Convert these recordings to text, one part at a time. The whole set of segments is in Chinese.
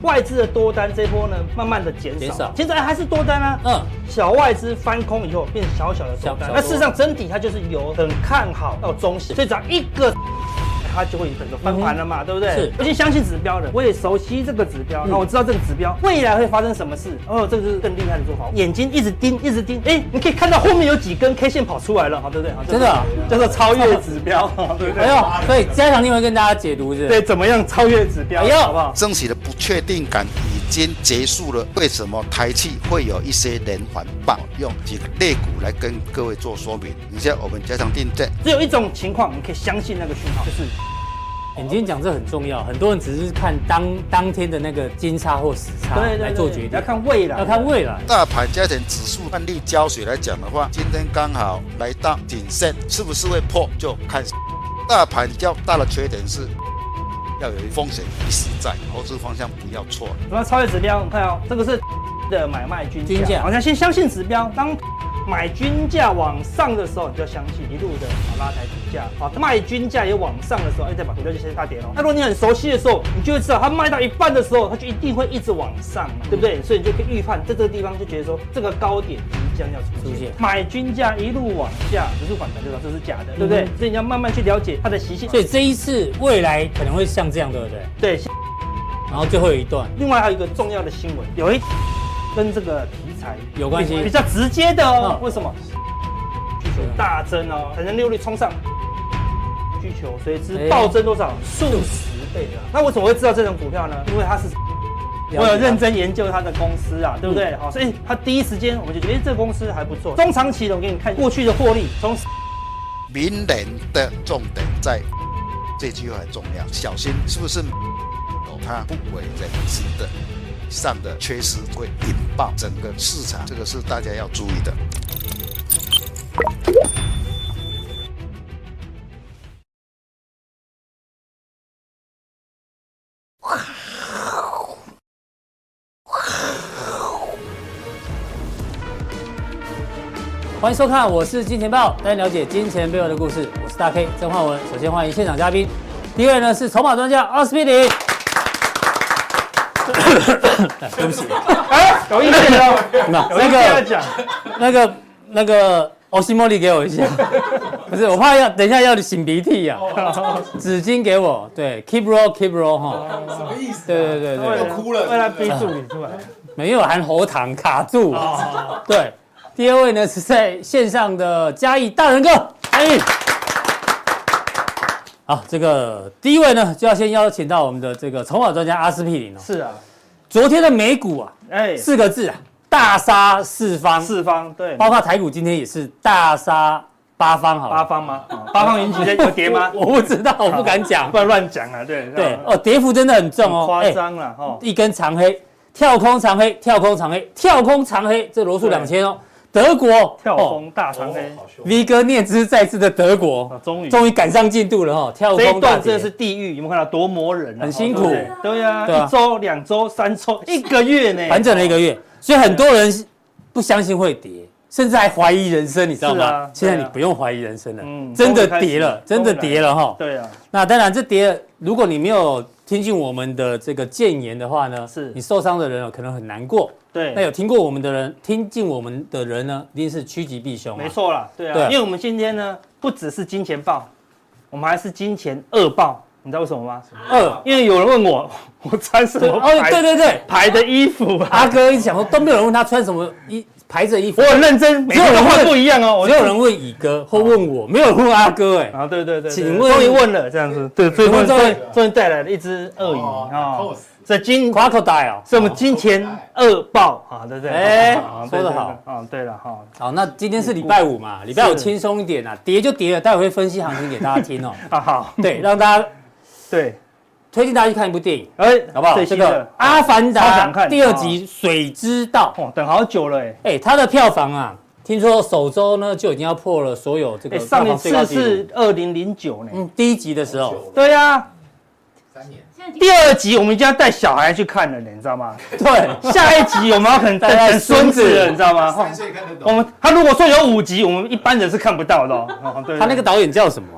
外资的多单这一波呢，慢慢的减少，现在还是多单啊。小外资翻空以后变小小的多单，那事实上整体它就是由很看好到中性，所以只要一个。它就会整个翻盘了嘛，对不对？是，尤其相信指标的，我也熟悉这个指标，那我知道这个指标未来会发生什么事。这个是更厉害的做法，眼睛一直盯，一直盯，你可以看到后面有几根 K 线跑出来了，好，对不对？ 真的叫做超越指标，对不对？ 所以加强定会跟大家解读是， 对，怎么样超越指标，好不好？ 升息的不确定感已经结束了，为什么台企会有一些连环爆？用几个类股来跟各位做说明。你像我们加强定在， 只有一种情况，你可以相信那个讯号，就是。 你今天讲这很重要，很多人只是看当天的那个金差或死差来做决定， 要看未来， 要看未来。 大盘加权指数案例胶水来讲的话，今天刚好来到颈线，是不是会破就看。大盘比较大的缺点是要有风险意识在，投资方向不要错。 那超越指标，你看这个是的买卖均价，好像先相信指标，当买均价往上的时候，你就要相信一路的拉抬股价，卖均价也往上的时候，再把股价就先大跌那如果你很熟悉的时候，你就会知道它卖到一半的时候，它就一定会一直往上嘛，对不对？所以你就可以预判，在这个地方就觉得说这个高点即将要出现。买均价一路往下，指数反弹就知道这是假的，对不对？所以你要慢慢去了解它的习性。 所以这一次未来可能会像这样，对不对？ 对。 然后最后有一段， 另外还有一个重要的新闻，有一跟这个题材有关系， 比较直接的哦。为什么？需求大增哦，产能利用率冲上，需求随之暴增多少？数十倍啊！那为什么会知道这种股票呢？因为它是我有认真研究它的公司啊，对不对？好，所以它第一时间我们就觉得，这个公司还不错。中长期的，我给你看过去的获利，从明年的重点在这句话很重要，小心是不是有它不为人知的。上的缺失会引爆整个市场，这个是大家要注意的。 欢迎收看，我是金钱豹，带你了解金钱背后的故事。我是大 K 曾焕文。首先欢迎现场嘉宾，第一位呢是筹码专家奥斯匹林。对不起， 有意见哦， 那个欧西莫利给我一下，不是我怕等一下要擤鼻涕啊，纸巾给我，对 ，keep roll 哈， 什么意思？ 对， 都哭了， 为了逼住你出来， 没有含喉糖卡住，对，第二位呢是在线上的嘉义大人哥，欢迎。好，这个第一位呢，就要先邀请到我们的这个筹码专家阿司匹林哦。 是啊， 昨天的美股啊，4个字啊，大杀四方。 四方对， 包括台股今天也是大杀八方，好了。 八方吗？八方云集有跌吗？ 我不知道，我不敢讲， 不然乱讲啊。对， 跌幅真的很重哦， 夸张了哦， 一根长黑，跳空长黑，跳空长黑，跳空长黑，这罗素2000哦。德国跳空大长黑 ，V 哥念兹在兹的德国，终于赶上进度了哈！跳空大跌， 这一段真的是地狱，有没有看到多磨人啊？ 很辛苦， 对呀，1周、2周、3周、1个月呢， 完整了1个月，所以很多人不相信会跌，甚至还怀疑人生，你知道吗？现在你不用怀疑人生了，真的跌了，真的跌了哈！ 对啊， 那当然这跌了，如果你没有听进我们的这个谏言的话呢，是你受伤的人可能很难过。 对， 那有听过我们的人，听进我们的人呢，一定是趋吉避凶。 没错啦，对啊，因为我们今天呢，不只是金钱豹，我们还是金钱恶豹。你知道为什么吗？因为有人问我穿什么牌的衣服啊？ 阿哥一直想说，都没有人问他穿什么牌子的衣服。 我很认真，每个人换不一样哦。 只有人问乙哥或问我，没有人问阿哥哎。 啊，对， 请问， 终于问了这样子，对，终于带来了一只鳄鱼啊。这 crocodile， 是我们金钱恶豹啊，对不对？ 说得好啊，对了哈。 好，那今天是礼拜五嘛，礼拜五轻松一点啊，跌就跌了，待会会分析行情给大家听哦。 好， 对，让大家对推荐大家去看一部电影，好不好？ 这个 《阿凡达》第2集《水之道》， 等好久了它的票房啊，听说首周呢就已经要破了所有这个上一次是2009年， 第1集的时候， 对呀。第2集我们就要带小孩去看了，你知道吗？ 对， 下一集我们要可能带孙子了，你知道吗？ 3岁看得懂。 他如果说有5集，我们一般人是看不到的哦。 他那个导演叫什么啊？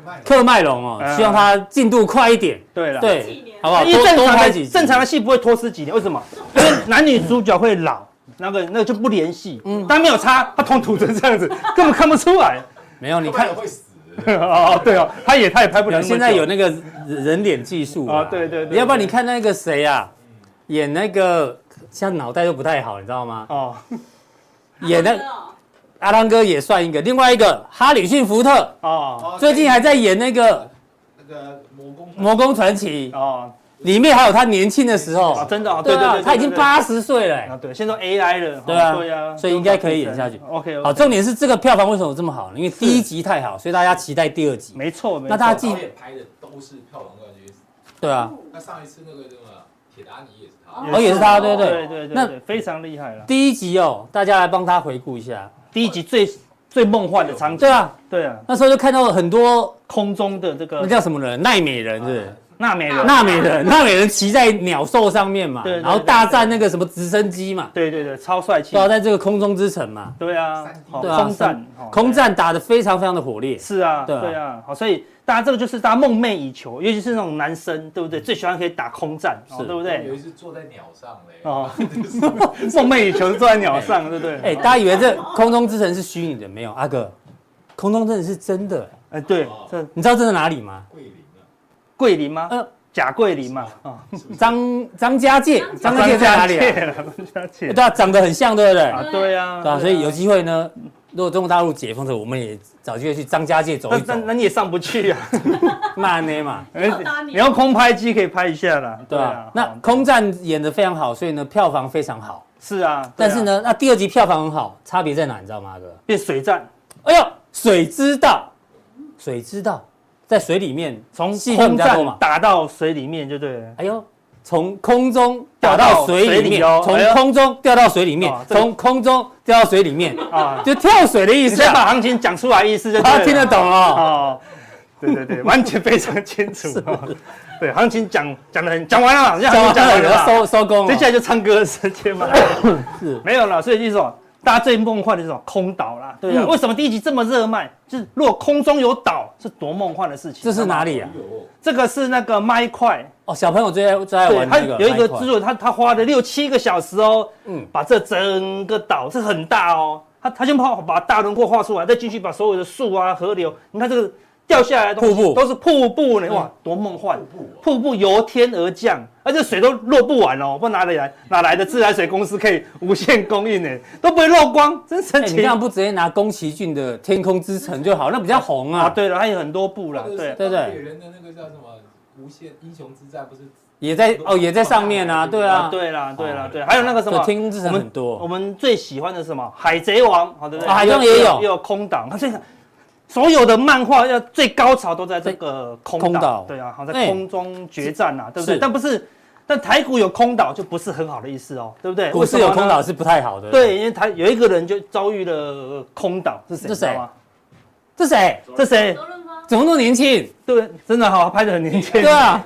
克麦隆哦，希望他进度快一点。 对了， 对，好不好？ 因为正常的多戏不会拖10几年，为什么？因为男女主角会老，那个就不联系。但没有差，他同土成这样子，根本看不出来。 没有，你看会死。 哦，对哦，他也拍不了。 现在有那个人脸技术啊， 对， 要不然你看那个谁啊，演那个像脑袋都不太好，你知道吗？哦，演的阿汤哥也算一个，另外一个哈里逊福特哦，最近还在演那个魔宫传奇哦。里面还有他年轻的时候啊，真的啊， 对，他已经80岁了啊，对，现在都 AI 了， 对啊，所以应该可以演下去。 OK， 好，重点是这个票房为什么这么好呢？因为第1集太好，所以大家期待第2集。 没错， 那大家记拍的都是票房冠军。 对啊， 那上一次那个铁达尼也是他， 哦，也是他， 对，那非常厉害了。 第1集哦，大家来帮他回顾一下， 第1集最梦幻的场景。对啊， 那时候就看到很多空中的这个， 那叫什么人？奈美人是不是？ 纳美人骑在鸟兽上面嘛，然后大战那个什么直升机嘛， 对，超帅气。 都要在这个空中之城嘛， 对啊， 空战打得非常非常的火烈。 是啊，对啊，好，所以大家这个就是大家梦寐以求，尤其是那种男生，对不对？最喜欢可以打空战，对不对？ 有一次坐在鸟上嘞， 哦，梦寐以求是坐在鸟上，对不对？ 哎，大家以为这空中之城是虚拟的，没有，阿哥，空中真的是真的。 哎，对， 你知道这是哪里吗？ 桂林吗？贾桂林嘛， 张家界在哪里啊？ 张家界， 对啊，长得很像，对不对？ 啊，对啊， 所以有机会呢，如果中国大陆解封的时候，我们也找机会去张家界走一走。 那你也上不去啊， 慢呢嘛， 你用空拍机可以拍一下啦， 对啊。那空战演得非常好，所以呢票房非常好。 是啊， 但是呢，那第2集票房很好，差别在哪？你知道吗，哥？ 变水战。 哎呦，水之道。在水里面， 从空战打到水里面就对了。 哎呦，从空中打到水里面，从空中掉到水里面，从空中掉到水里面啊，就跳水的意思。 你先把行情讲出来，意思就他听得懂哦。 对，完全非常清楚。对，行情讲完了，讲完了，收工了。 接下来就唱歌的时间嘛。是，没有了，所以就是说。大家最梦幻的这种空岛啦，对啊，为什么第1集这么热卖？就是如果空中有岛，是多梦幻的事情。 这是哪里啊？ 这个是那个麦块哦，小朋友最爱玩那个。 有一个制作，他花了6-7个小时哦，把这整个岛，这很大哦，他先把大轮廓画出来，再继续把所有的树啊、河流，你看这个掉下来的东西都是瀑布呢，哇，多梦幻！瀑布由天而降。而且水都落不完哦，不知道哪来的自来水公司可以无限供应呢？都不会漏光，真神奇。 你这样不直接拿宫崎骏的《天空之城》就好，那比较红啊。 对了，还有很多部了，对。 别人的那个叫什么《无限英雄之战》不是也在上面啊？对啊， 对啦，还有那个什么《 天空之城》很多。 我们最喜欢的是什么？《海贼王》好对不对？ 海贼王也有空岛，它这个。所有的漫画要最高潮都在这个空岛，对啊，好在空中决战啊，对不对？但台股有空岛就不是很好的意思哦，对不对？ 股市有空岛是不太好的。 对，因为有一个人就遭遇了空岛，是谁？ 这谁？怎么那么年轻？ 对，真的好，拍得很年轻。 对啊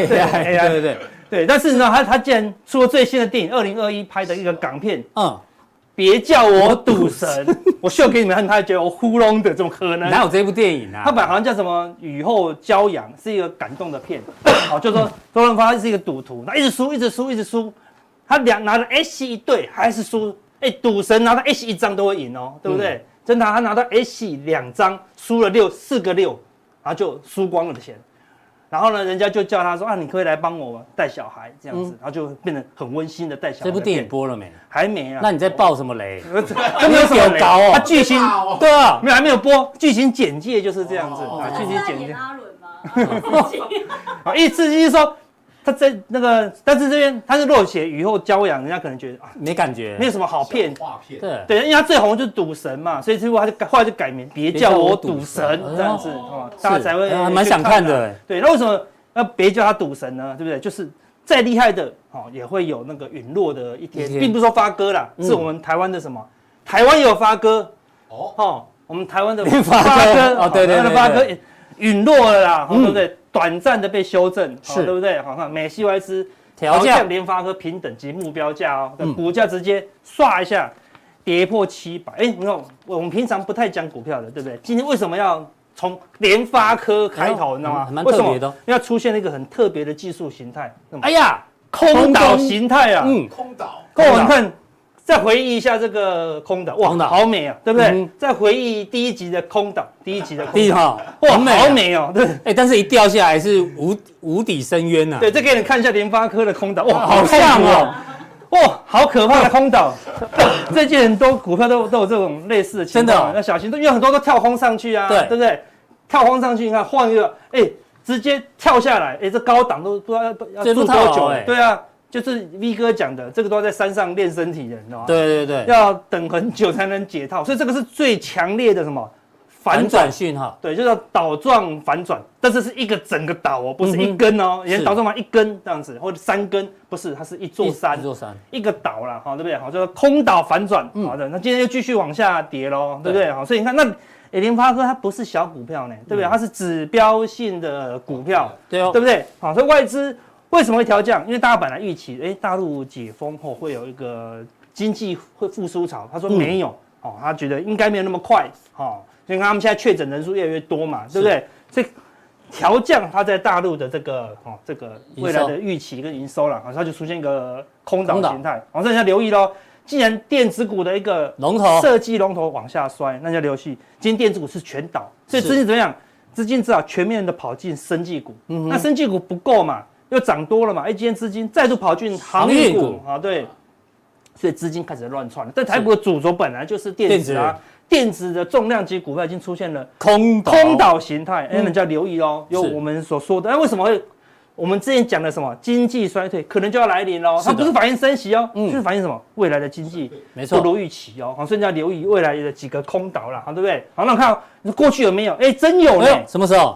，AI， 对。但是呢，他竟然出了最新的电影，2021拍的一个港片，别叫我赌神，我秀给你们看，他觉得我糊弄的，怎么可能？ 哪有这部电影啊？ 他本来好像叫什么《雨后骄阳》，是一个感动的片。好，就说周润发是一个赌徒，他一直输，他拿着 S 一对还是输。赌神拿到 S 1张都会赢哦，对不对？真的，他拿到 S 2张，输了4个6，然后就输光了的钱。然后呢，人家就叫他说啊，你可以来帮我带小孩这样子，然后就变成很温馨的带小孩。 这部电影播了没？ 还没啊。 那你在爆什么雷？ 都没有什么雷哦。 他剧情对啊，还没有播，剧情简介就是这样子啊。剧情简介。阿伦吗？啊，意思就是说他在那个，但是这边他是若写雨后骄阳，人家可能觉得啊没感觉， 没有什么好骗。 对， 因为他最红就是赌神嘛，所以最后后来就改名，别叫我赌神这样子哦，大家才会蛮想看的。 对，那为什么要别叫他赌神呢？对不对？就是再厉害的也会有那个陨落的一天，并不是说发哥啦，是我们台湾的什么？台湾也有发哥我们台湾的发哥对，发哥陨落了啦，对不对？短暂的被修正，对不对？好看，美西外资调降联发科平等级目标价哦，股价直接唰一下跌破700。你看我们平常不太讲股票的，对不对？今天为什么要从联发科开头，你知道吗？ 蛮特别的， 因为它出现了一个很特别的技术形态。 哎呀， 空岛形态啊！ 空岛。 我们看，再回忆一下这个空岛，哇，好美啊，对不对？再回忆第一集的空岛，哇，好美哦，对。 哎，但是一掉下来是无底深渊呐。 对，这给你看一下联发科的空岛，哇， 好像哦。 哇，好可怕的空岛！最近很多股票都有这种类似的情况，要小心，因为很多都跳空上去啊，对不对？跳空上去，你看换一个，直接跳下来，这高档都不知道要住多久？对啊，就是 V 哥讲的，这个都要在山上练身体的，你知道吗？ 对， 要等很久才能解套，所以这个是最强烈的什么？ 反转讯号， 对，就叫岛状反转，但是是一个整个岛哦，不是一根哦，以前岛状嘛一根这样子，或者3根，不是，它是一座山，一个岛啦，好，对不对？好，就是空岛反转，好的，那今天又继续往下跌咯，对不对？好，所以你看那联发科它不是小股票呢，对不对？它是指标性的股票，对不对？好，所以外资为什么会调降？因为大家本来预期，大陆解封后会有一个经济会复苏潮，他说没有，他觉得应该没有那么快，所以他们现在确诊人数越来越多嘛，对不对？所以调降它在大陆的这个未来的预期跟营收了，它就出现一个空岛形态。所以你要留意咯，既然电子股的一个设计龙头往下摔，那就留意，今天电子股是全倒，所以资金怎么样？资金只好全面的跑进生技股，那生技股不够嘛，又涨多了嘛，今天资金再度跑进航运股啊，对，所以资金开始乱窜了。但台股的主轴本来就是电子啊。电子的重量级股票已经出现了空岛形态，那你就要留意哦。有我们所说的，为什么会？我们之前讲的什么经济衰退可能就要来临喽？它不是反映升息哦，就是反映什么？未来的经济不如预期哦。所以你要留意未来的几个空岛啦，对不对？好，那我看过去有没有？真有呢。 什么时候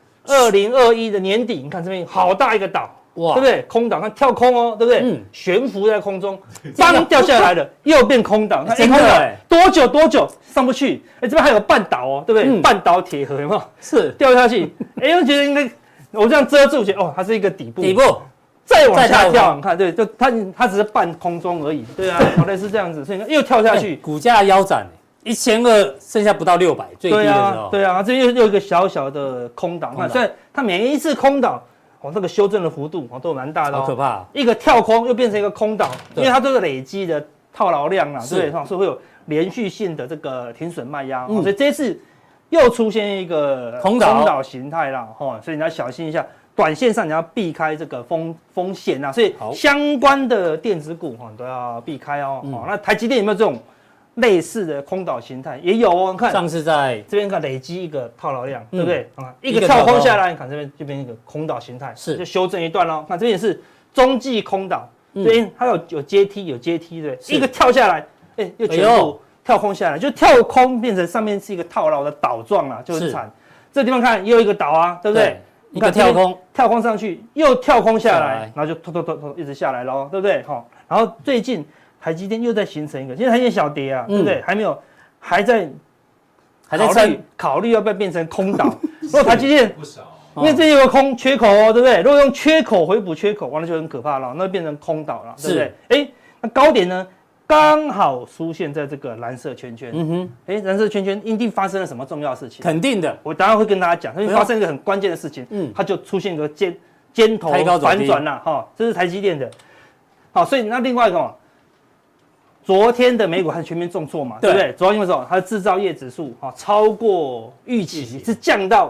？2021的年底，你看这边好大一个岛。哇，对不对？空岛，看跳空哦，对不对？悬浮在空中，刚掉下来了，又变空岛。 真的多久上不去？这边还有半岛哦，对不对？半岛铁盒有没有？ 是掉下去。我觉得应该我这样遮住，觉得它是一个底部，再往下跳，你看，对，就它只是半空中而已。对啊，好类似这样子，所以又跳下去， 股价腰斩，1200剩下不到600，最低的时候。 对啊，这又一个小小的空岛，看，所以它每一次空岛。这个修正的幅度都蛮大的， 好可怕！ 一个跳空又变成一个空岛，因为它这个累积的套牢量啊，对，所以会有连续性的这个停损卖压，所以这次又出现一个空岛形态啦，所以你要小心一下，短线上你要避开这个风险啊，所以相关的电子股都要避开哦。那台积电有没有这种类似的空岛形态？也有哦，你看上次在这边看累积一个套牢量，对不对？一个跳空下来，你看这边就变一个空岛形态，就修正一段咯。看这边也是中继空岛，对，它有阶梯，对，一个跳下来，又全部跳空下来，就跳空变成上面是一个套牢的岛状啦，就很惨。这地方看也有一个岛啊，对不对？ 一个跳空上去，又跳空下来，然后就拖一直下来咯，对不对？然后最近。台积电又在形成一个，现在台积电小跌啊，对不对？还在考虑要不要变成空岛。如果台积电不少，因为这有个缺口哦，对不对？如果用缺口回补缺口，完了就很可怕了，那变成空岛了，对不对？那高点呢，刚好出现在这个蓝色圈圈。蓝色圈圈一定发生了什么重要事情？ 肯定的， 我等下会跟大家讲，因为发生一个很关键的事情，它就出现一个尖头反转啦，这是台积电的。好，所以那另外一个。昨天的美股还是全面重挫嘛，对不对？主要因为什么？它的制造业指数超过预期，是降到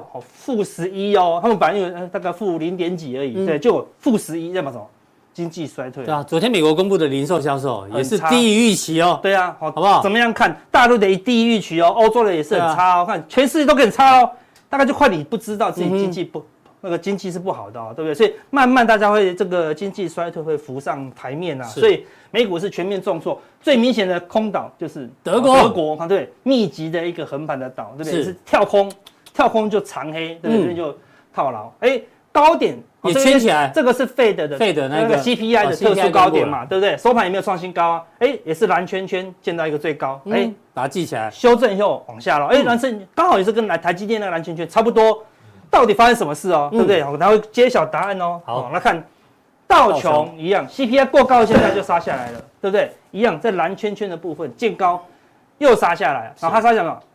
-11哦。他们本来大概-0.几而已，对，就-11，代表什么？经济衰退。 对啊，昨天美国公布的零售销售也是低于预期哦。 对啊，好不好？怎么样看？大陆的低于预期哦，欧洲的也是很差哦。看全世界都很差哦，大概就快你不知道自己经济经济是不好的哦，对不对？所以慢慢大家会这个经济衰退会浮上台面啊，所以美股是全面重挫，最明显的空岛就是德国，对，密集的一个横盘的岛，对不对？是跳空就长黑，对不对？这边就套牢，高点也圈起来， 这个是费德那个 CPI 的特殊高点嘛，对不对？收盘也没有创新高啊，也是蓝圈圈见到一个最高， 把它记起来， 修正以后往下了，蓝圈刚好也是跟台积电那个蓝圈圈差不多。到底发生什么事哦？对不对？然后揭晓答案哦。好，来看道琼一样 ，CPI 过高，现在就杀下来了，对不对？一样在蓝圈圈的部分见高又杀下来，然后它杀下来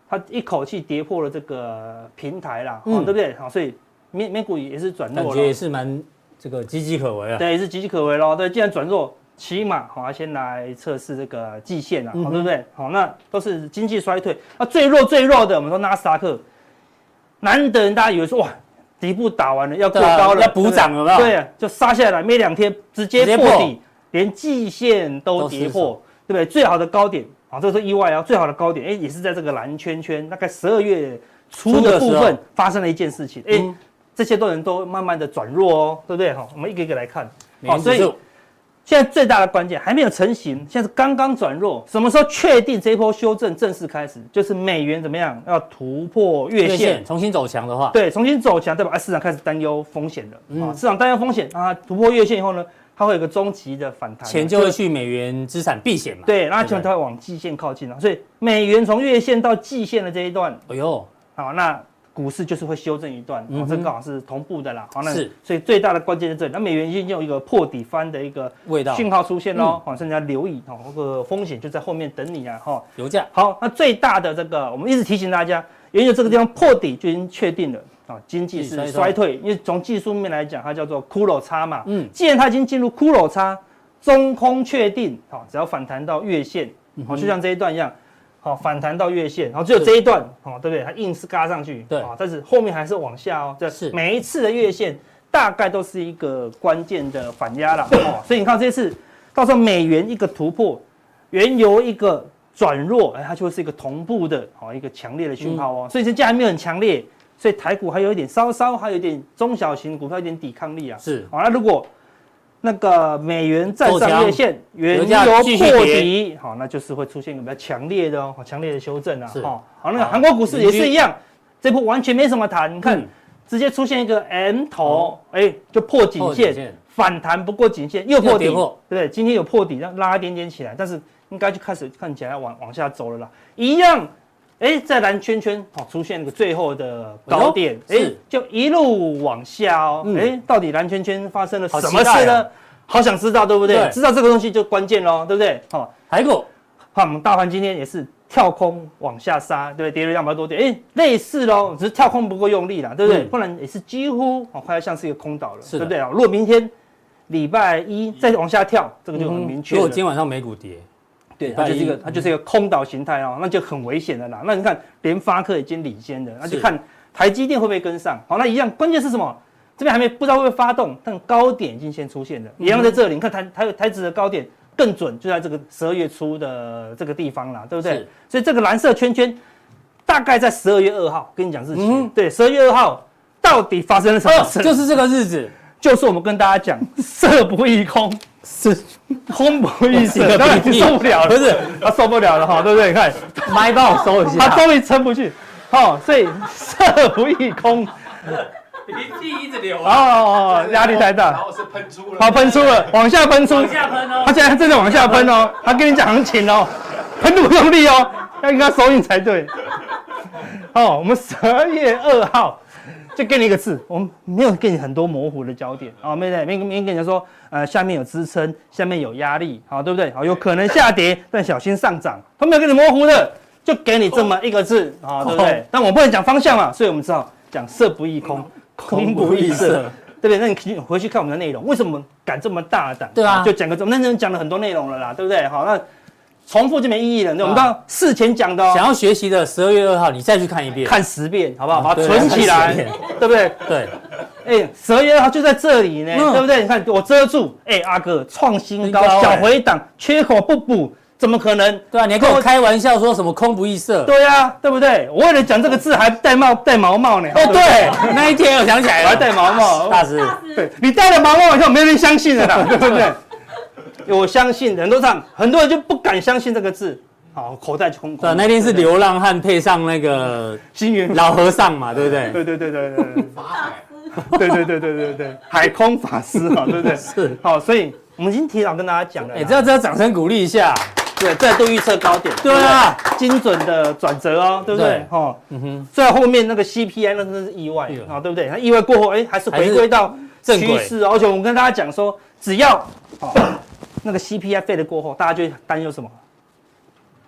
它一口气跌破了这个平台啦，对不对？好，所以美股也是转弱了， 感觉也是蛮这个岌岌可危啊。 对，也是岌岌可危咯。对，既然转弱，起码好，先来测试这个季线啊，对不对？好，那都是经济衰退，那最弱的，我们说纳斯达克，难得大家以为说哇，底部打完了要过高了， 要补涨了， 对，就杀下来，没2天直接破底，连季线都跌破，对不对？最好的高点。好，这是意外啊！最好的高点，也是在这个蓝圈圈，大概12月初的部分发生了一件事情，这些人都慢慢的转弱哦，对不对？好，我们一个一个来看。好，所以现在最大的关键还没有成型，现在是刚刚转弱，什么时候确定这一波修正正式开始？就是美元怎么样要突破月线， 重新走强的话， 对，重新走强，代表市场开始担忧风险了。市场担忧风险啊，突破月线以后呢？它会有一个中期的反弹， 钱就会去美元资产避险嘛。 对，然后钱它会往季线靠近了，所以美元从月线到季线的这一段，哎呦，好，那股市就是会修正一段，这刚好是同步的啦。好，那所以最大的关键在这里，那美元已经有一个破底翻的一个讯号出现喽，好，所以你要留意哦，那个风险就在后面等你啊，哈。 油价好，那最大的这个，我们一直提醒大家，原有这个地方破底就已经确定了。经济是衰退，因为从技术面来讲，它叫做骷髅叉嘛。既然它已经进入骷髅叉，中空确定，好，只要反弹到月线，好，就像这一段一样，好，反弹到月线，好，只有这一段，好，对不对？它硬是嘎上去，对，但是后面还是往下哦。这是每一次的月线大概都是一个关键的反压啦，所以你看这次到时候美元一个突破，原油一个转弱，它就会是一个同步的，好，一个强烈的讯号哦。所以这价还没有很强烈。所以台股还有一点还有一点中小型股票一点抵抗力啊。是，好，那如果那个美元站上月线，原油破底，好，那就是会出现一个比较强烈的强烈的修正啊。好，那个韩国股市也是一样，这波完全没什么弹，你看直接出现一个 M 头，就破颈线，反弹不过颈线又破底，对不对？今天有破底，拉一点点起来，但是应该就开始看起来往下走了啦，一样。在蓝圈圈出现一个最后的高点，就一路往下哦，到底蓝圈圈发生了什么事呢？好想知道，对不对？知道这个东西就关键咯，对不对？好，台股，好，我们大盘今天也是跳空往下杀，对不对？跌了200多点，类似咯，只是跳空不够用力啦，对不对？不然也是几乎快要像是一个空岛了，对不对？如果明天礼拜一再往下跳，这个就很明确。 如果今天晚上美股跌。 对，它就是一个空岛形态哦，那就很危险的啦。那你看，联发科已经领先的，那就看台积电会不会跟上。好，那一样，关键是什么？这边还不知道会不会发动，但高点已经先出现了，一样在这里。你看台指的高点更准，就在这个12月初的这个地方啦，对不对？所以这个蓝色圈圈大概在12月2号，跟你讲日期。对，12月2号到底发生了什么事？ 就是这个日子， 就是我们跟大家讲，色不异空。是空不异色，当然受不了了，不是他受不了了哈，对不对？你看， 麦帮我收一下， 他终于撑不去，所以色不异空， 鼻涕一直流压力太大， 然后是喷出了， 好喷出了，往下喷出， 往下喷哦， 他现在真的往下喷哦，他跟你讲行情哦，喷不用力哦，要应该收音才对。我们12月2号。就给你一个字，我们没有给你很多模糊的焦点啊，没跟你说，下面有支撑，下面有压力，好，对不对？好，有可能下跌，但小心上涨，他没有给你模糊的，就给你这么一个字啊，对不对？但我不能讲方向嘛，所以我们只好讲色不异空，空不异色，对不对？那你回去看我们的内容，为什么敢这么大胆？ 对啊， 就讲个那人讲了很多内容了啦，对不对？好，那。重复就没意义了。我们刚事前讲的， 想要学习的12月2号，你再去看一遍， 看10遍，好不好？把它存起来，对不对？对。12月2号就在这里呢，对不对？你看我遮住，阿哥创新高，小回档，缺口不补，怎么可能？ 对啊，你还跟我开玩笑说什么空不异色？ 对啊，对不对？我为了讲这个字还戴毛帽呢。 对，那一天我想起来了， 我还戴毛帽。 大师， 对你戴了毛帽以后，没人相信了啦，对不对？我相信很多人就不敢相信这个字，好，口袋空空。 对，那天是流浪汉配上那个星云老和尚嘛，对不对？ 对。法海。对，海空法师哈，对不对？ 是。 好，所以我们已经提早跟大家讲了。 这要掌声鼓励一下。 对，再度预测高点。 对啊， 精准的转折哦，对不对？虽然后面那个 CPI 那真的是意外啊，对不对？它意外过后，还是回归到趋势，而且我们跟大家讲说，只要那个 CPI 废了过后，大家就担忧什么？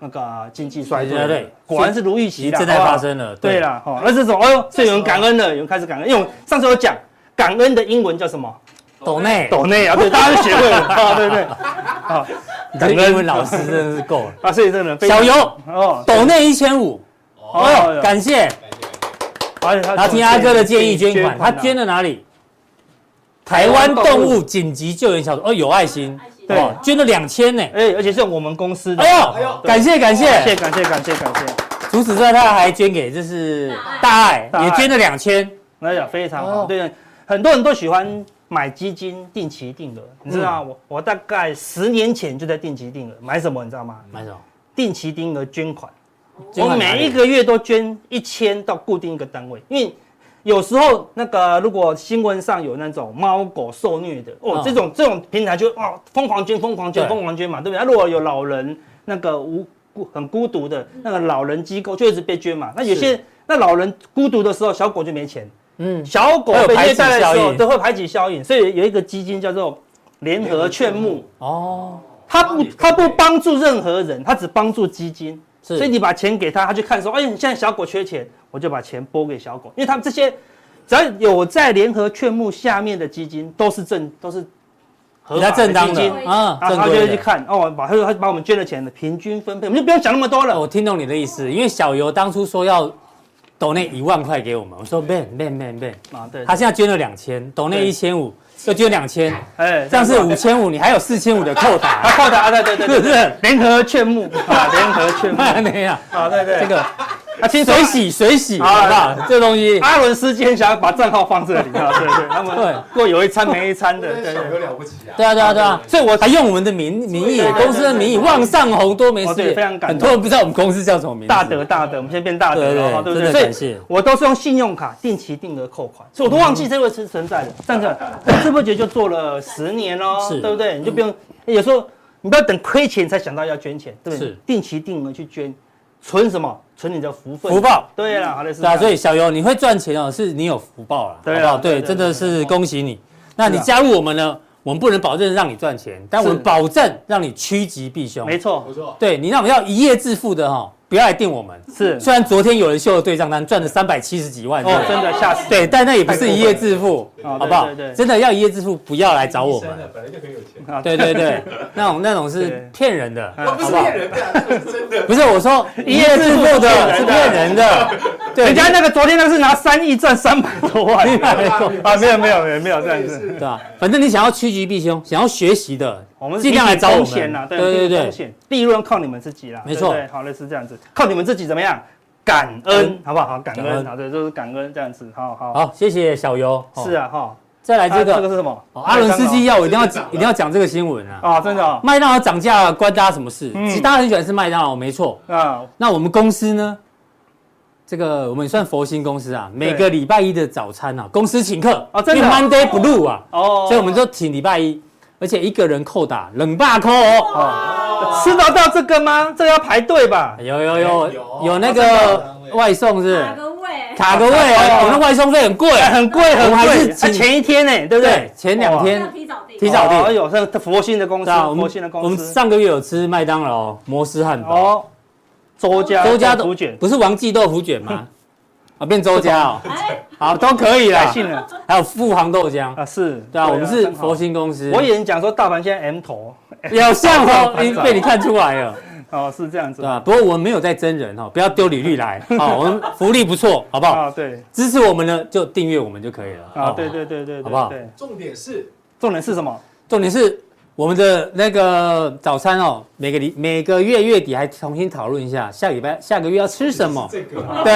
那个经济衰退， 对， 果然是如预期的， 正在发生了。 对啦，那这种所以有人感恩了，有人开始感恩，因为我上次有讲感恩的英文叫什么？ 抖内啊，对，大家都学会了啊，对对， 啊，你这英文老师真的是够了啊，所以这个人小游抖内1500，感谢，他听阿哥的建议捐款，他捐了哪里？台湾动物紧急救援小组，有爱心，对，捐了2000呢， 而且是我们公司的， 感谢。除此之外，他还捐给就是大爱，也捐了2000， 那也非常好，对，很多人都喜欢。买基金定期定额，你知道吗？我大概10年前就在定期定额，买什么你知道吗？ 买什么？ 定期定额捐款，我每一个月都捐1000到固定一个单位，因为有时候那个如果新闻上有那种猫狗受虐的这种平台就疯狂捐嘛，对不对？如果有老人那个很孤独的那个老人机构就一直被捐嘛，那有些那老人孤独的时候，小狗就没钱。小狗被虐待的时候都会排挤效应，所以有一个基金叫做联合劝募它不帮助任何人，它只帮助基金，所以你把钱给他，他去看说，现在小狗缺钱，我就把钱拨给小狗，因为他们这些只要有在联合劝募下面的基金都是合法的基金然后他就会去看他把我们捐的钱的平均分配，我们就不用讲那么多了。 我听懂你的意思，因为小游当初说要抖内1万块给我们，我说 Ben 对， 他现在捐了2000，抖内1500，又捐2000，这样是5500，你还有4500的扣打， 扣打对，是不是？联合劝募联合劝募那样对， 这个水洗，好不好？这东西， 阿伦斯今天想要把账号放这里对，他们过有一餐没一餐的，对， 有了不起啊！ 对啊，所以我还用我们的名义，公司的名义，望上红多没事， 对，非常感动。 很多人不知道我们公司叫什么名字， 大德，我们现在变大德了，对不对？ 感谢。 我都是用信用卡定期定额扣款，所以我都忘记这个是存在的。这样子，不知不觉就做了10年咯，对不对？你就不用有时候你不要等亏钱才想到要捐钱，对不对？是定期定额去捐。存什么？存你的福分。 福报。 对啦，好的是。 对啊，所以小游你会赚钱是你有福报啦，好不好？对，真的是恭喜你。那你加入我们呢？我们不能保证让你赚钱，但我们保证让你趋吉避凶。 没错。 对你，那我们要一夜致富的不要来定我们。 是。 虽然昨天有人秀了对账单，赚了370几万。 真的吓死。 对，但那也不是一夜致富，好不好？对，真的要一夜致富，不要来找我们。 本来就很有钱。 对，那种是骗人的， 不是骗人的，那是真的。 不是我说一夜致富的是骗人的。 对，人家那个昨天那个是拿3亿赚300多万。没有这样子， 对吧？反正你想要趋吉避凶，想要学习的， 我们尽量来找我们。 对，利润靠你们自己啦。 没错， 好类似这样子，靠你们自己怎么样？感恩，好不好？感恩，好，对，就是感恩这样子， 好，谢谢小游。 是啊， 再来这个是什么？ 阿伦斯基我一定要讲这个新闻啊！ 真的， 麦当劳涨价关大家什么事？其实大家很喜欢吃麦当劳，没错那我们公司呢？这个我们也算佛心公司啊，每个礼拜一的早餐公司请客真的 Monday Blue 所以我们就请礼拜一，而且一个人扣打200块吃得到这个吗？这个要排队吧？ 有那个外送是卡个位我们的外送费很贵， 我们还是前一天呢，对不对？ 前2天提早订。 有这佛心的公司， 我们上个月有吃麦当劳摩斯汉堡周家豆腐卷，不是王记豆腐卷吗？变周家好都可以啦。还有富航豆浆是， 对啊，我们是佛心公司。 我以为讲说大盘现在 M 头， 有像被你看出来了。 是这样子， 对吧？不过我们没有在真人不要丢履历来我们福利不错，好不好？ 对， 支持我们呢就订阅我们就可以了对， 好不好？ 重点是什么？ 重点是我们的那个早餐每个月月底还重新讨论一下，下个月要吃什么？ 这个对，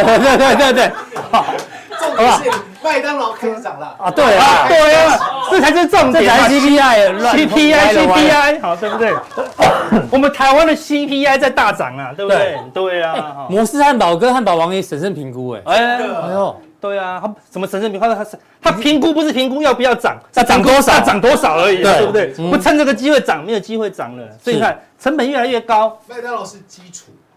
重点是麦当劳开始涨了对啊，这才是重点， 这才是 CPI， 好，对不对？我们台湾的 CPI 在大涨啊，对不对？对啊， 摩斯汉堡跟汉堡王也审慎评估对啊，他什么审慎评估？他评估不是评估要不要涨， 涨多少？ 涨多少而已，对不对？不趁这个机会涨，没有机会涨了。所以你看，成本越来越高。 麦当劳是基础，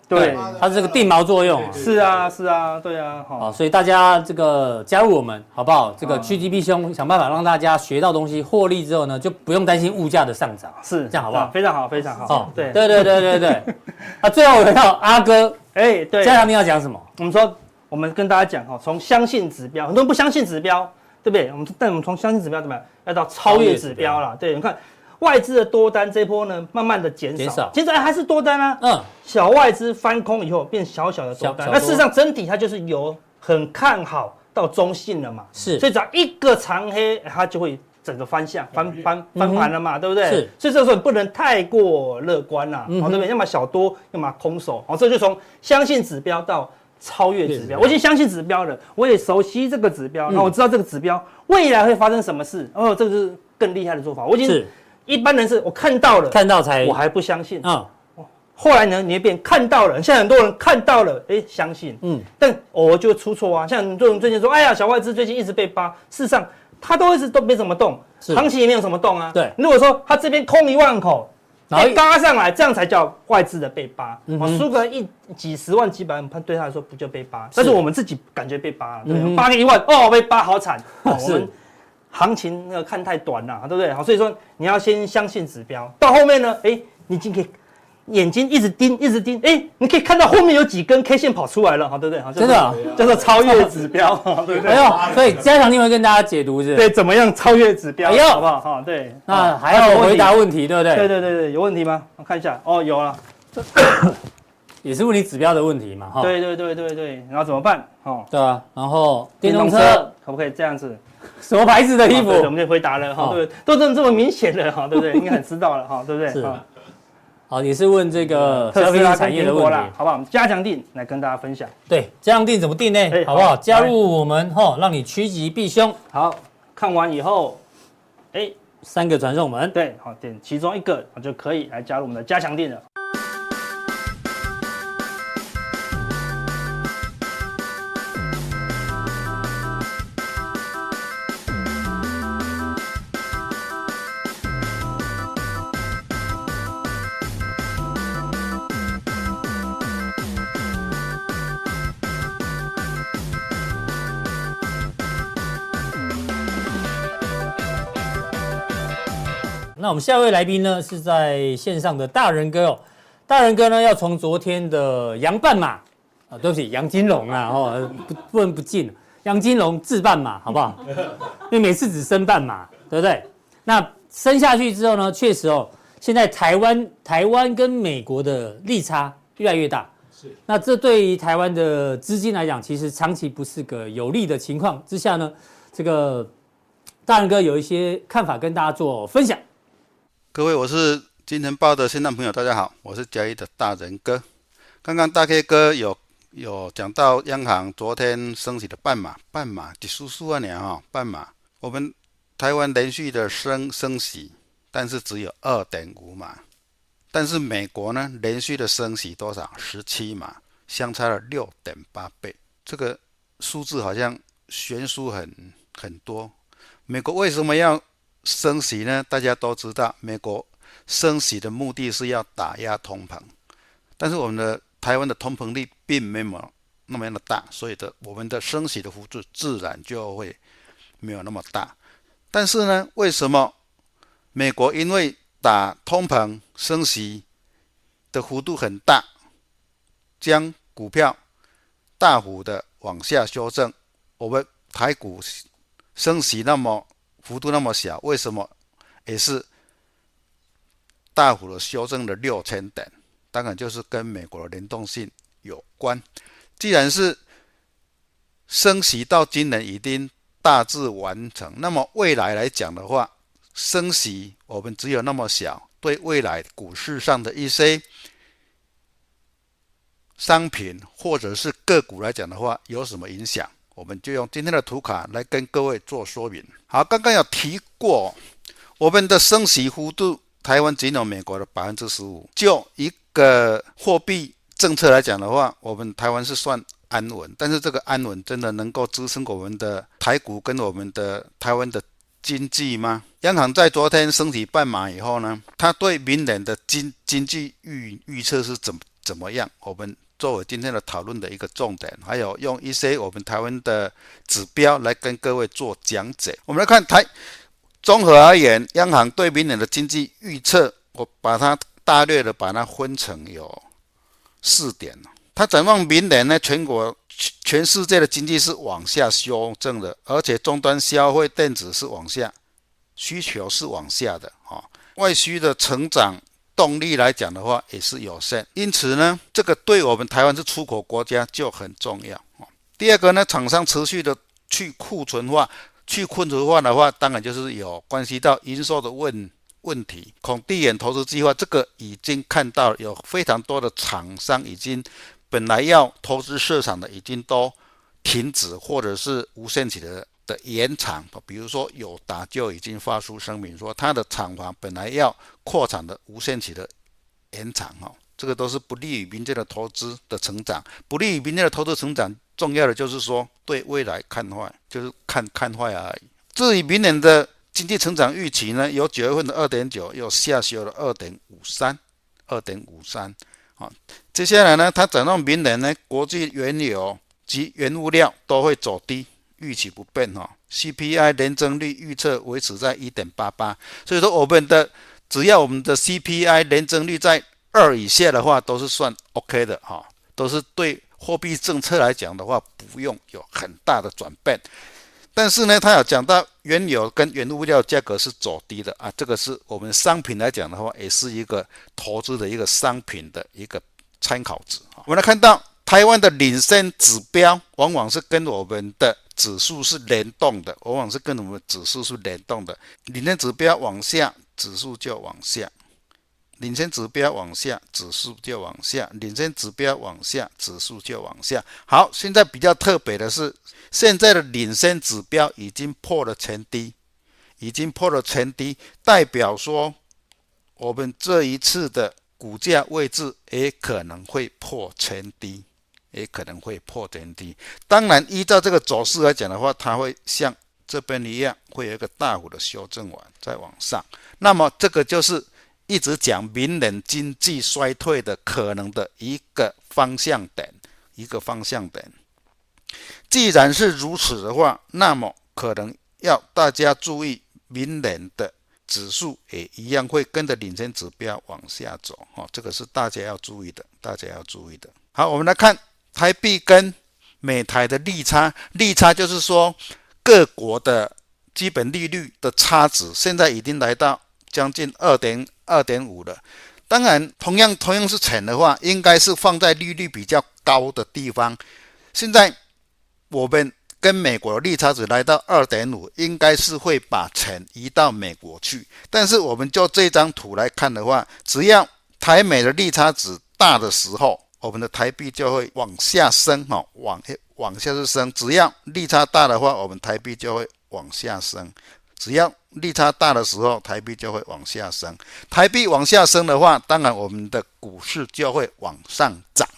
对， 它是这个定锚作用。 是啊，是啊，对啊， 好，所以大家这个加入我们好不好？这个趋吉避凶，想办法让大家学到东西，获利之后呢，就不用担心物价的上涨， 是这样好不好？ 非常好，非常好。 对。那最后回到阿哥， 对， 加强定要讲什么？ 我们跟大家讲从相信指标，很多人不相信指标，对不对？但我们从相信指标怎么样？要到超越指标啦。对，你看外资的多单这波呢，慢慢的减少，现在还是多单啊。小外资翻空以后变小小的多单，那事实上整体它就是由很看好到中性了嘛。 是， 所以只要一个长黑，它就会整个翻盘了嘛，对不对？ 是， 所以这时候你不能太过乐观啦，对不对？要么小多，要么空手，这就从相信指标到超越指标，我已经相信指标了，我也熟悉这个指标，那我知道这个指标未来会发生什么事，这个是更厉害的做法。我已经一般人是我看到了，我还不相信后来呢，你会变看到了，现在很多人看到了，相信，但偶尔就会出错啊。像很多人最近说，哎呀，小外资最近一直被扒，事实上它都没怎么动，行情也没有什么动啊。 对， 如果说它这边空1万口。被嘎上来，这样才叫外资的被扒。输个几十万、几百万，对他来说不就被扒？但是我们自己感觉被扒了，对，扒个1万，被扒好惨。我们行情看太短了，对不对？好，所以说你要先相信指标，到后面呢，你已经可以眼睛一直盯，你可以看到后面有几根 K 线跑出来了，对不对？ 真的叫做超越指标，对不对？ 所以加强定会跟大家解读是， 对，怎么样超越指标，好不好？对， 那还要回答问题，对不对？ 对，有问题吗？我看一下，有了， 也是问你指标的问题嘛， 对，然后怎么办？ 对啊，然后电动车可不可以这样子？ 什么牌子的衣服？ 我们就回答了，对不对？都这么明显了，对不对？应该很知道了，对不对？ 是。好，也是问这个特斯拉产业的问题， 好不好？我们加强定来跟大家分享。 对，加强定怎么定呢？好不好？加入我们让你趋吉避凶。 好，看完以后 ，3个传送门， 对，好，点其中一个就可以来加入我们的加强定了。 那我们下一位来宾呢是在线上的大人哥大人哥呢要从昨天的杨半马对不起杨金龙不能不进杨金龙自半马好不好？因为每次只升半马，对不对？那升下去之后呢，确实现在台湾跟美国的利差越来越大，是。那这对于台湾的资金来讲，其实长期不是个有利的情况之下呢，这个大人哥有一些看法跟大家做分享。 各位，我是金钱豹的线上朋友，大家好，我是嘉义的大人哥。刚刚大 K 哥有讲到央行昨天升息的半码只输4万年半码。我们台湾连续的升息，但是只有 2.5 码。但是美国呢，连续的升息多少？17码，相差了 6.8 倍。这个数字好像悬殊很多。美国为什么要升息呢？大家都知道，美国升息的目的是要打压通膨，但是我们的台湾的通膨率并没有那么样的大，所以我们的升息的幅度自然就会没有那么大。但是呢，为什么美国因为打通膨升息的幅度很大，将股票大幅的往下修正，我们台股升息幅度那么小，为什么也是大幅的修正了6000点？当然就是跟美国的联动性有关。既然是升息到今年已经大致完成，那么未来来讲的话，升息我们只有那么小，对未来股市上的一些商品或者是个股来讲的话，有什么影响？我们就用今天的图卡来跟各位做说明。好，刚刚有提过，我们的升息幅度，台湾仅有美国的 15%。就一个货币政策来讲的话，我们台湾是算安稳，但是这个安稳真的能够支撑我们的台股跟我们的台湾的经济吗？央行在昨天升息半码以后呢，他对明年的经济预测是怎么样，我们作为今天的讨论的一个重点，还有用一些我们台湾的指标来跟各位做讲解。我们来看综合而言，央行对明年的经济预测，我把它大略的把它分成有4点。它展望明年呢，全世界的经济是往下修正的，而且终端消费电子是往下，需求是往下的，外需的成长动力来讲的话也是有限，因此呢，这个对我们台湾是出口国家就很重要。第二个呢，厂商持续的去库存化的话，当然就是有关系到营收的问题。孔地眼投资计划这个已经看到有非常多的厂商已经本来要投资市场的已经都停止或者是无限期的延长，比如说友达就已经发出声明说它的厂房本来要扩产的无限期的延长，这个都是不利于民间的投资的成长，不利于民间的投资成长，重要的就是说对未来看坏，就是看坏而已。至于明年的经济成长预期呢，由9月份的 2.9 又下修了 2.53。接下来呢，它展望明年呢，国际原油及原物料都会走低，预期不变。CPI 年增率预测维持在 1.88， 所以说只要我们的 CPI 年增率在2以下的话，都是算 OK 的，都是对货币政策来讲的话，不用有很大的转变。但是呢，他有讲到原油跟原物料价格是走低的这个是我们商品来讲的话，也是一个投资的一个商品的一个参考值。我们来看到台湾的领先指标，往往是跟我们的指数是联动的，领先指标往下，指数就往下；领先指标往下，指数就往下；领先指标往下，指数就往下。好，现在比较特别的是，现在的领先指标已经破了前低，代表说我们这一次的股价位置也可能会破前低，当然依照这个走势来讲的话，它会像这边一样，会有一个大幅的修正完再往上。那么这个就是一直讲明年经济衰退的可能的一个方向点。既然是如此的话，那么可能要大家注意，明年的指数也一样会跟着领先指标往下走，这个是大家要注意的。好，我们来看台币跟美台的利差就是说各国的基本利率的差值，现在已经来到将近 2.5 了。当然同样是钱的话，应该是放在利率比较高的地方。现在我们跟美国的利差值来到 2.5， 应该是会把钱移到美国去。但是我们就这张图来看的话，只要台美的利差值大的时候，我们的台币就会往下升，往下升。只要利差大的话，我们台币就会往下升。只要利差大的时候，台币就会往下升。台币往下升的话，当然我们的股市就会往上涨。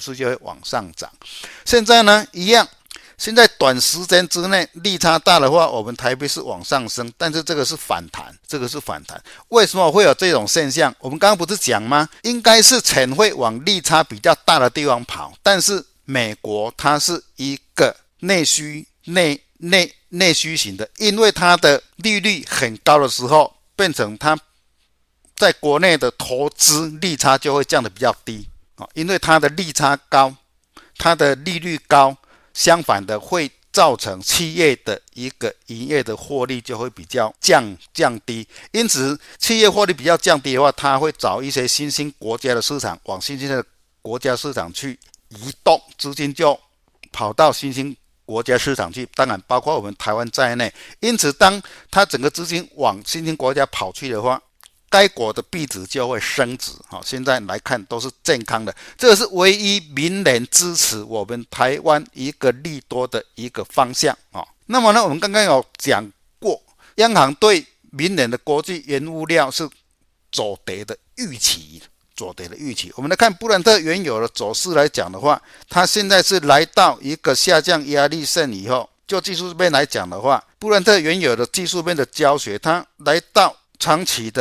现在呢一样，现在短时间之内利差大的话，我们台币是往上升，但是这个是反弹。为什么会有这种现象？我们刚刚不是讲吗？应该是钱会往利差比较大的地方跑，但是美国它是一个内需型的，因为它的利率很高的时候，变成它在国内的投资利差就会降得比较低，因为它的利差高，它的利率高，相反的会造成企业的一个营业的获利就会比较降低。因此企业获利比较降低的话，它会找一些新兴国家的市场，往新兴的国家市场去移动，资金就跑到新兴国家市场去，当然包括我们台湾在内。因此当它整个资金往新兴国家跑去的话，该国的币值就会升值。现在来看都是健康的，这个是唯一明年支持我们台湾一个利多的一个方向。那么呢，我们刚刚有讲过，央行对明年的国际原物料是走跌的预期。我们来看布兰特原油的走势来讲的话，它现在是来到一个下降压力线以后，就技术面来讲的话，布兰特原油的技术面的教学，它来到长期的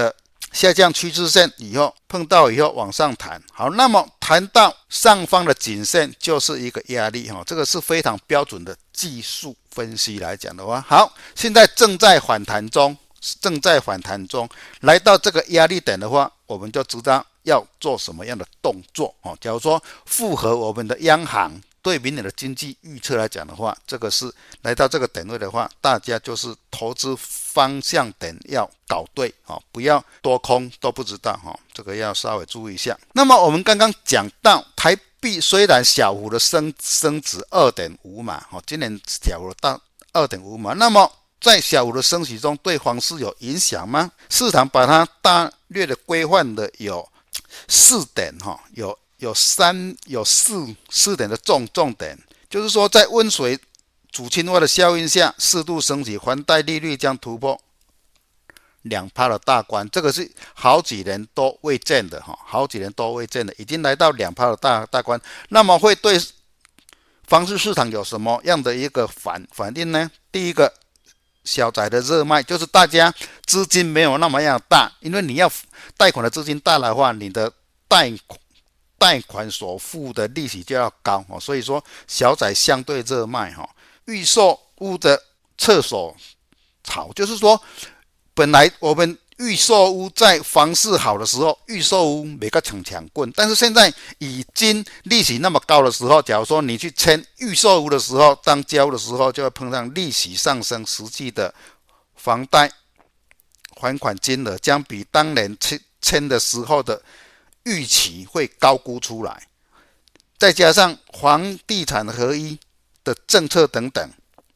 下降趋势线以后碰到以后往上弹。好，那么弹到上方的颈线就是一个压力，这个是非常标准的技术分析来讲的话。好，现在正在反弹中，来到这个压力点的话，我们就知道要做什么样的动作。假如说符合我们的央行对明年的经济预测来讲的话，这个是来到这个点位的话，大家就是投资方向点要搞对，不要多空都不知道，这个要稍微注意一下。那么我们刚刚讲到台币虽然小幅的升值 2.5 码，今年小幅到 2.5 码，那么在小幅的升息中对房市有影响吗？市场把它大略的规范的有4点，有4点的重点，就是说在温水煮青蛙的效应下，适度升息，房贷利率将突破 2% 的大关，这个是好几年都未见的，已经来到 2% 的大关。那么会对房市市场有什么样的一个反应呢？第一个，小宅的热卖，就是大家资金没有那么样大，因为你要贷款的资金大的话，你的贷款所付的利息就要高，所以说小宅相对热卖。预售屋的厕所好，就是说本来我们预售屋在房市好的时候，预售屋每个抢棍，但是现在已经利息那么高的时候，假如说你去签预售屋的时候，当交的时候就会碰上利息上升，实际的房贷还款金额将比当年签的时候的预期会高估出来，再加上房地产合一的政策等等，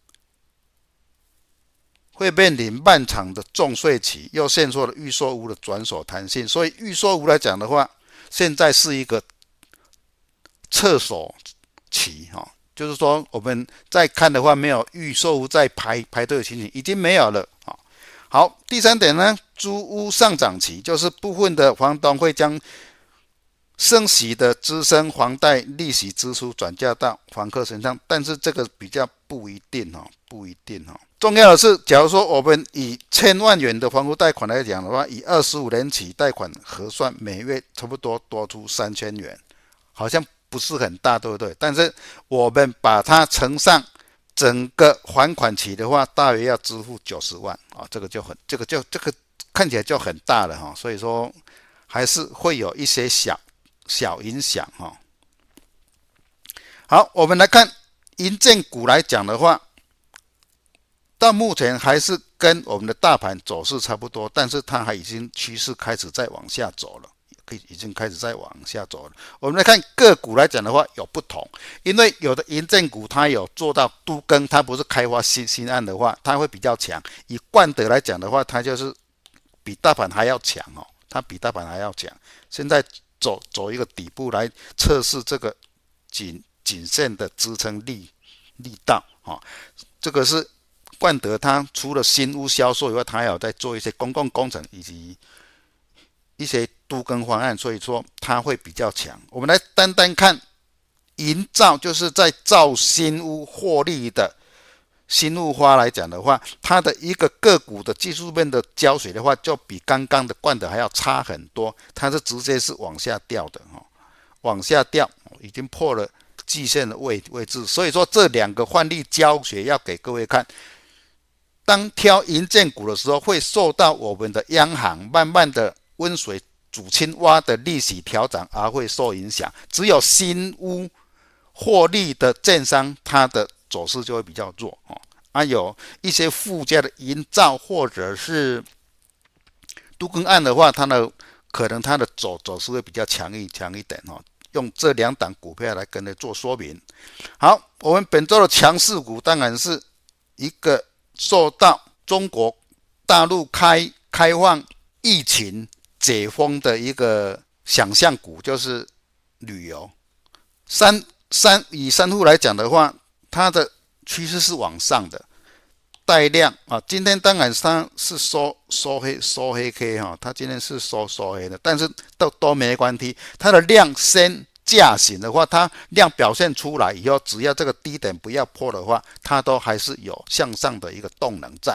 会面临漫长的重税期，又限缩了预售屋的转手弹性，所以预售屋来讲的话，现在是一个厕所期，就是说我们在看的话，没有预售屋在排队的情形已经没有了。好，第3点呢，租屋上涨期，就是部分的房东会将升息的支撑房贷利息支出转嫁到房客身上，但是这个比较不一定。重要的是，假如说我们以1000万元的房屋贷款来讲的话，以25年期贷款核算，每月差不多多出3000元，好像不是很大，对不对？但是我们把它乘上整个还款期的话，大约要支付90万，这个看起来就很大了，所以说还是会有一些小影响。好，我们来看营建股来讲的话，到目前还是跟我们的大盘走势差不多，但是它还已经趋势开始在往下走了，我们来看个股来讲的话有不同，因为有的营建股它有做到都更，它不是开发新案的话，它会比较强。以冠德来讲的话，它就是比大盘还要强，现在走一个底部来测试这个颈线的支撑力道，这个是冠德，它除了新屋销售以外，它还有在做一些公共工程以及一些都更方案，所以说它会比较强。我们来单看营造，就是在造新屋获利的新屋花来讲的话，它的一个个股的技术面的胶水的话，就比刚刚的冠德还要差很多，它是直接是往下掉的，已经破了季线的位置，所以说这两个换例教学要给各位看。当挑营建股的时候，会受到我们的央行慢慢的温水煮青蛙的利息调整而会受影响，只有新屋获利的建商，它的走势就会比较弱，有一些附加的营造或者是都更案的话，可能它的走势会比较强一点，用这2档股票来跟你做说明。好，我们本周的强势股当然是一个受到中国大陆开放疫情解封的一个想象股，就是旅游。以三户来讲的话，它的趋势是往上的，带量今天当然它是收黑 K 它今天是收黑的，但是都没关系，它的量先价型的话，它量表现出来以后，只要这个低点不要破的话，它都还是有向上的一个动能在。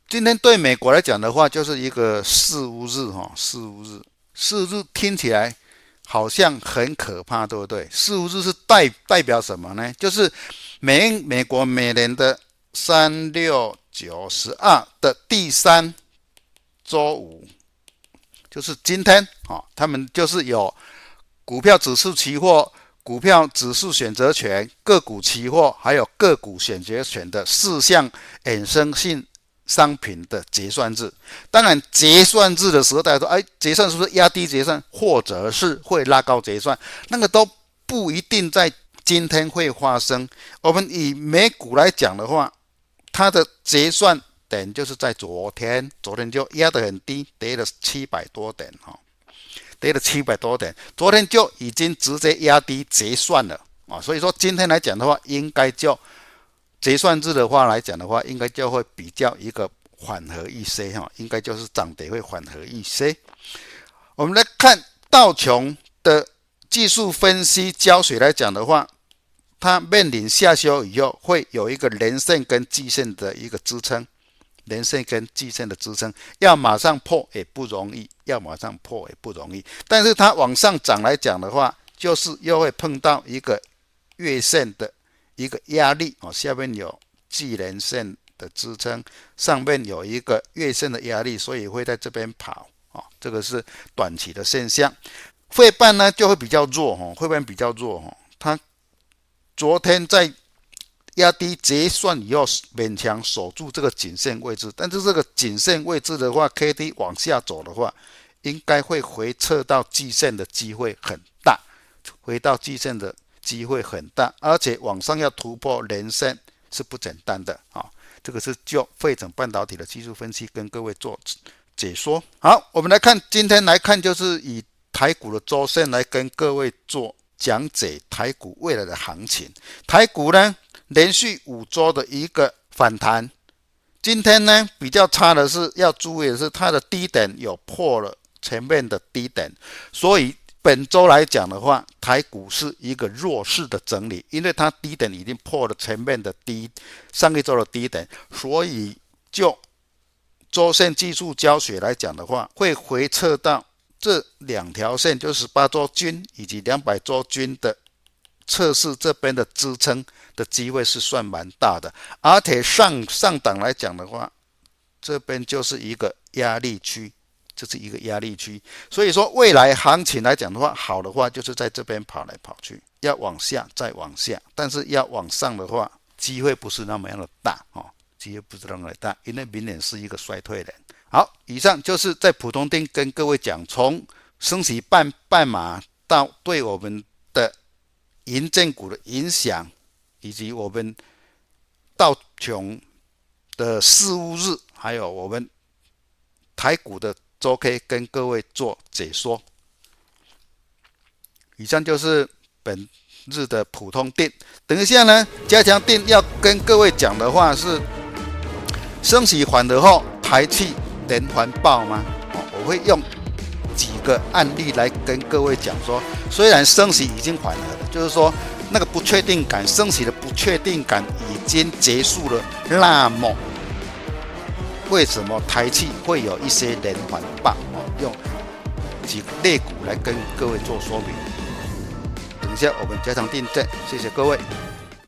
今天对美国来讲的话，就是一个四巫日哈，四巫日听起来好像很可怕，对不对？四巫日是代表什么呢？就是美国每年的3、6、9、12的第3周五，就是今天他们就是有股票指数期货、股票指数选择权、个股期货还有个股选择权的4项衍生性商品的结算日。当然结算日的时候，大家说结算是不是压低结算，或者是会拉高结算，那个都不一定在今天会发生。我们以美股来讲的话，它的结算点就是在昨天就压得很低，跌了700多点跌了700多点，昨天就已经直接压低结算了所以说今天来讲的话，应该就结算日的话来讲的话，应该就会比较一个缓和一些应该就是涨跌会缓和一些。我们来看道琼的技术分析胶水来讲的话，它面临下修以后会有一个连线跟季线的一个支撑，连线跟季线的支撑要马上破也不容易，但是它往上涨来讲的话，就是又会碰到一个月线的一个压力下面有季连线的支撑，上面有一个月线的压力，所以会在这边跑这个是短期的现象。费半呢就会比较弱它昨天在压低结算以后勉强守住这个颈线位置，但是这个颈线位置的话 KD 往下走的话，应该会回撤到季线的机会很大，而且往上要突破连线是不简单的这个是就费城半导体的技术分析跟各位做解说。好，我们来看今天来看，就是以台股的周线来跟各位做讲解台股未来的行情。台股呢连续5周的一个反弹，今天呢比较差的是要注意的是它的低点有破了前面的低点，所以本周来讲的话，台股是一个弱势的整理，因为它低点已经破了前面的上一周的低点，所以就周线技术胶水来讲的话，会回撤到这2条线，就是18周均以及200周均的测试这边的支撑的机会是算蛮大的，而且上档来讲的话，这边就是一个压力区，所以说未来行情来讲的话，好的话就是在这边跑来跑去，要往下再往下，但是要往上的话，机会不是那么样的大因为明年是一个衰退年。好，以上就是在普通定跟各位讲，从升息半码到对我们的银建股的影响，以及我们道琼的四巫日，还有我们台股的周 K 跟各位做解说。以上就是本日的普通定。等一下呢，加强定要跟各位讲的话是升息缓和后台气连环爆吗？我会用几个案例来跟各位讲说，虽然升息已经缓和了，就是说那个不确定感，升息的不确定感已经结束了，那么为什么台气会有一些连环爆？用几个类股来跟各位做说明。等一下我们加强定证，谢谢各位。